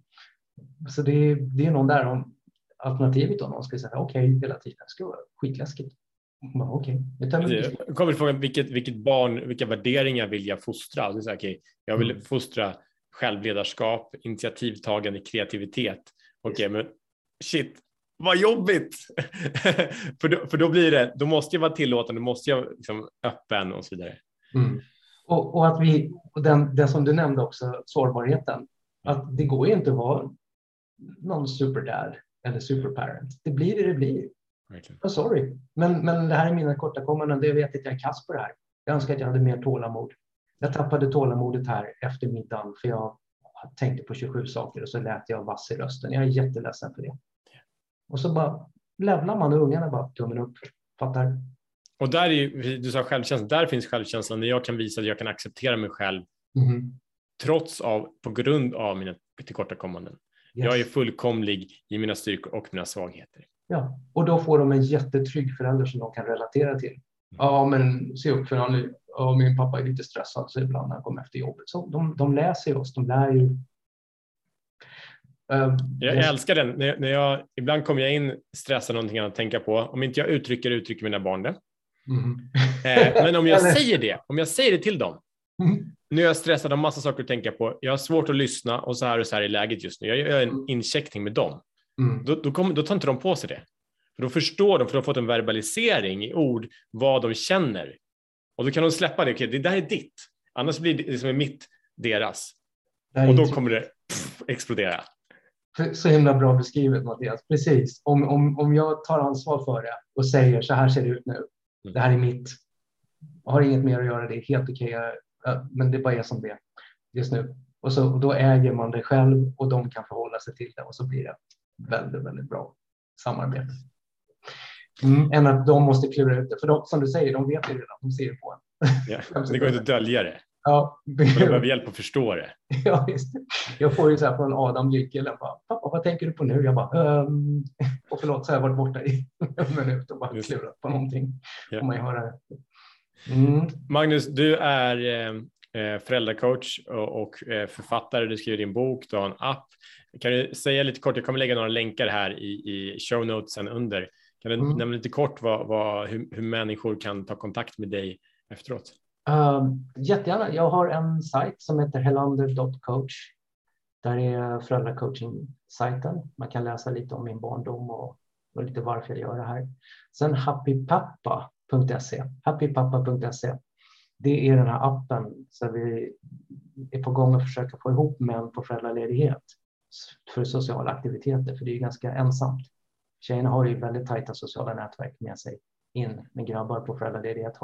Så det, det är någon där om alternativet då. Någon ska säga, okej, okay, hela tiden. Det ska vara skitläskigt. Okej. Okay. Jag kommer fråga vilket, vilket barn, vilka värderingar vill jag fostra? Det är så här, okay, jag vill mm. fostra självledarskap, initiativtagande, kreativitet. Okej, okay, men shit, vad jobbigt! för, då, för då blir det, då måste jag vara tillåtande, då måste jag liksom öppen och så vidare. Mm. Och, och att vi, och den, den som du nämnde också, sårbarheten, att det går ju inte att vara någon superdad eller superparent. Det blir det det blir. Oh, sorry, men, men det här är mina kortakommanden. Det vet att jag är kass på det här. Jag önskar att jag hade mer tålamod. Jag tappade tålamodet här efter middagen för jag tänkte på tjugosju saker och så lät jag vass i rösten. Jag är jätteledsen för det. Och så bara lämnar man och ungarna bara tummen upp. Fattar? Och där är ju, du sa självkänsla, där finns självkänslan när jag kan visa att jag kan acceptera mig själv mm. trots av, på grund av mina tillkortakommanden. Yes. Jag är fullkomlig i mina styrkor och mina svagheter. Ja, och då får de en jättetrygg förälder som de kan relatera till. Ja, men se upp för honom. Ja, min pappa är lite stressad så ibland när han kommer efter jobbet. Så de, de läser ju oss, de lär ju. Uh, jag det... älskar den. När, när jag, ibland kommer jag in stressad någonting annat att tänka på. Om inte jag uttrycker det, uttrycker mina barn det. Mm. eh, men om jag säger det, om jag säger det till dem. Mm. Nu är jag stressad av massa saker att tänka på. Jag har svårt att lyssna och så här och så här i läget just nu. Jag gör en incheckning med dem. Mm. Då, då, kommer, då tar inte de på sig det. För då förstår de, för de har fått en verbalisering i ord vad de känner. Och då kan de släppa det. Okej, det där är ditt. Annars blir det som är mitt, deras. Och då kommer det pff, explodera. Så himla bra beskrivet, Mattias. Precis. Om, om, om jag tar ansvar för det och säger så här ser det ut nu. Mm. Det här är mitt. Jag har inget mer att göra, det är helt okej. Men det bara är som det just nu. Och, så, och då äger man det själv och de kan förhålla sig till det. Och så blir det väldigt, väldigt bra samarbete. Mm, än att de måste klura ut det. För de, som du säger, de vet ju redan, de ser på en. Ja, det går inte att dölja det. Ja. De behöver hjälp att förstå det. Ja, just det. Jag får ju så här från Adam Lyckelen. Pappa, vad tänker du på nu? Jag bara, um... och förlåt, så har jag varit borta i en minut och bara klurat på någonting. Ja. Får man ju höra det. Mm. Magnus, du är eh, föräldracoach och, och eh, författare. Du skriver din bok, du har en app. Kan du säga lite kort, jag kommer lägga några länkar här i, i show notesen under. Kan du mm. nämna lite kort vad, vad, hur, hur människor kan ta kontakt med dig efteråt? Uh, jättegärna. Jag har en sajt som heter helander punkt coach. Där är föräldracoaching-sajten. Man kan läsa lite om min barndom och, och lite varför jag gör det här. Sen happy pappa punkt se. happy pappa punkt se. Det är den här appen så vi är på gång att försöka få ihop män på föräldraledighet för sociala aktiviteter. För det är ganska ensamt. Tjejerna har ju väldigt tajta sociala nätverk med sig in. Men grabbar på föräldraledighet har ju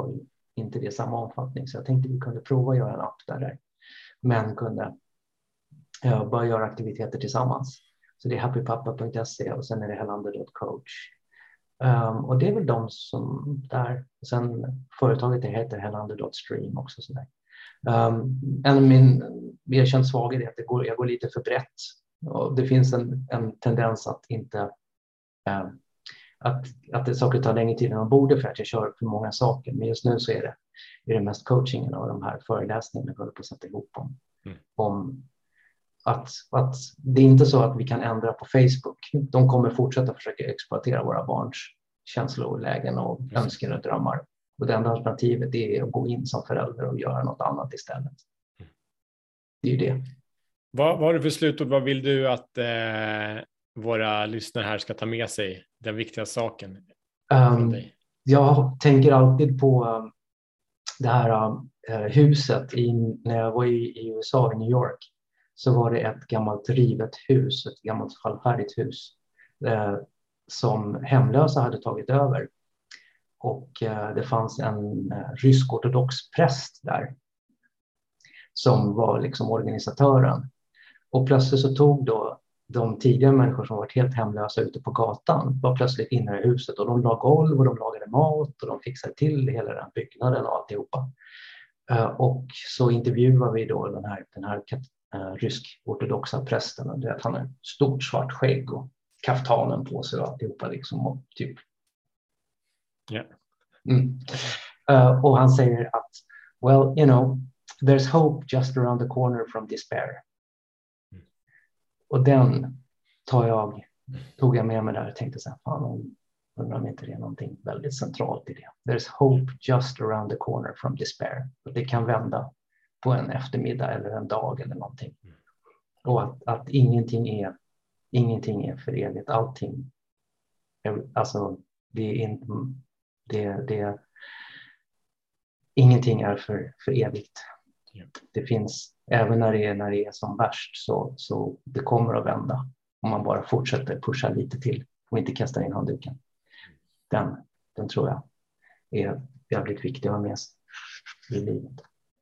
inte det i samma omfattning. Så jag tänkte vi kunde prova att göra en app där, där män kunde uh, börja göra aktiviteter tillsammans. Så det är happy pappa punkt se och sen är det helander punkt coach. Um, och det är väl de som där. Och sen företaget heter helander punkt stream också. Sådär. Um, en av min erkänd svaghet är att det går, jag går lite för brett. Och det finns en, en tendens att inte um, att, att det saker tar längre tid än de borde för att jag kör för många saker. Men just nu så är det, är det mest coachingen och de här föreläsningarna vi håller på att sätta ihop om. Mm. om att, att det är inte så att vi kan ändra på Facebook. De kommer fortsätta försöka exploatera våra barns känslolägen och mm. önskningar och drömmar. Och det enda alternativet är att gå in som förälder och göra något annat istället. Mm. Det är ju det. Vad var det för slutord? Vad vill du att eh, våra lyssnare här ska ta med sig? Den viktiga saken um, dig? Jag tänker alltid på um, det här uh, huset i, när jag var i, i U S A, i New York. Så var det ett gammalt rivet hus, ett gammalt fallfärdigt hus uh, som hemlösa hade tagit över. Och uh, det fanns en uh, rysk-ortodox präst där som var liksom organisatören. Och plötsligt så tog då de tidigare människor som varit helt hemlösa ute på gatan var plötsligt inne i huset och de lagade golv och de lagade mat och de fixade till hela den byggnaden och alltihopa. Uh, och så intervjuade vi då den här, den här uh, rysk-ortodoxa prästen och det att han har stort svart skägg och kaftanen på sig och alltihopa liksom och typ. Yeah. Mm. Uh, och han säger att well, you know, there's hope just around the corner from despair. Mm. Och den tar jag, tog jag med mig där och tänkte så här, fan, undrar om inte det är någonting väldigt centralt i det. There's hope just around the corner from despair. Och det kan vända på en eftermiddag eller en dag eller någonting. Mm. Och att, att ingenting är ingenting är för evigt. Allting är, alltså det är inte det, det ingenting är för, för evigt. Yeah. Det finns, även när det är, när det är som värst så, så det kommer att vända. Om man bara fortsätter pusha lite till och inte kastar in handduken. Den, den tror jag är jävligt viktig att ha med sig i livet.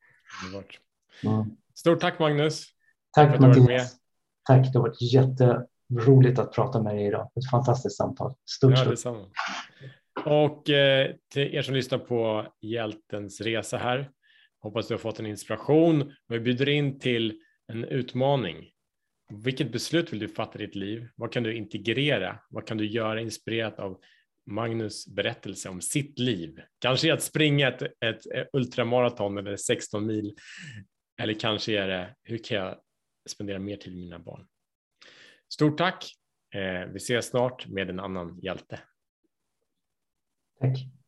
Mm. Stort tack Magnus. Tack Mattias. Tack, det har varit jätteroligt att prata med dig idag. Ett fantastiskt samtal. Stort ja, detsamma. Och eh, till er som lyssnar på Hjältens resa här. Hoppas du har fått en inspiration. Vi bjuder in till en utmaning. Vilket beslut vill du fatta i ditt liv? Vad kan du integrera? Vad kan du göra inspirerat av Magnus berättelse om sitt liv? Kanske att springa ett, ett, ett ultramaraton eller sexton mil. Eller kanske är det, hur kan jag spendera mer tid med mina barn? Stort tack. Eh, vi ses snart med en annan hjälte. Tack.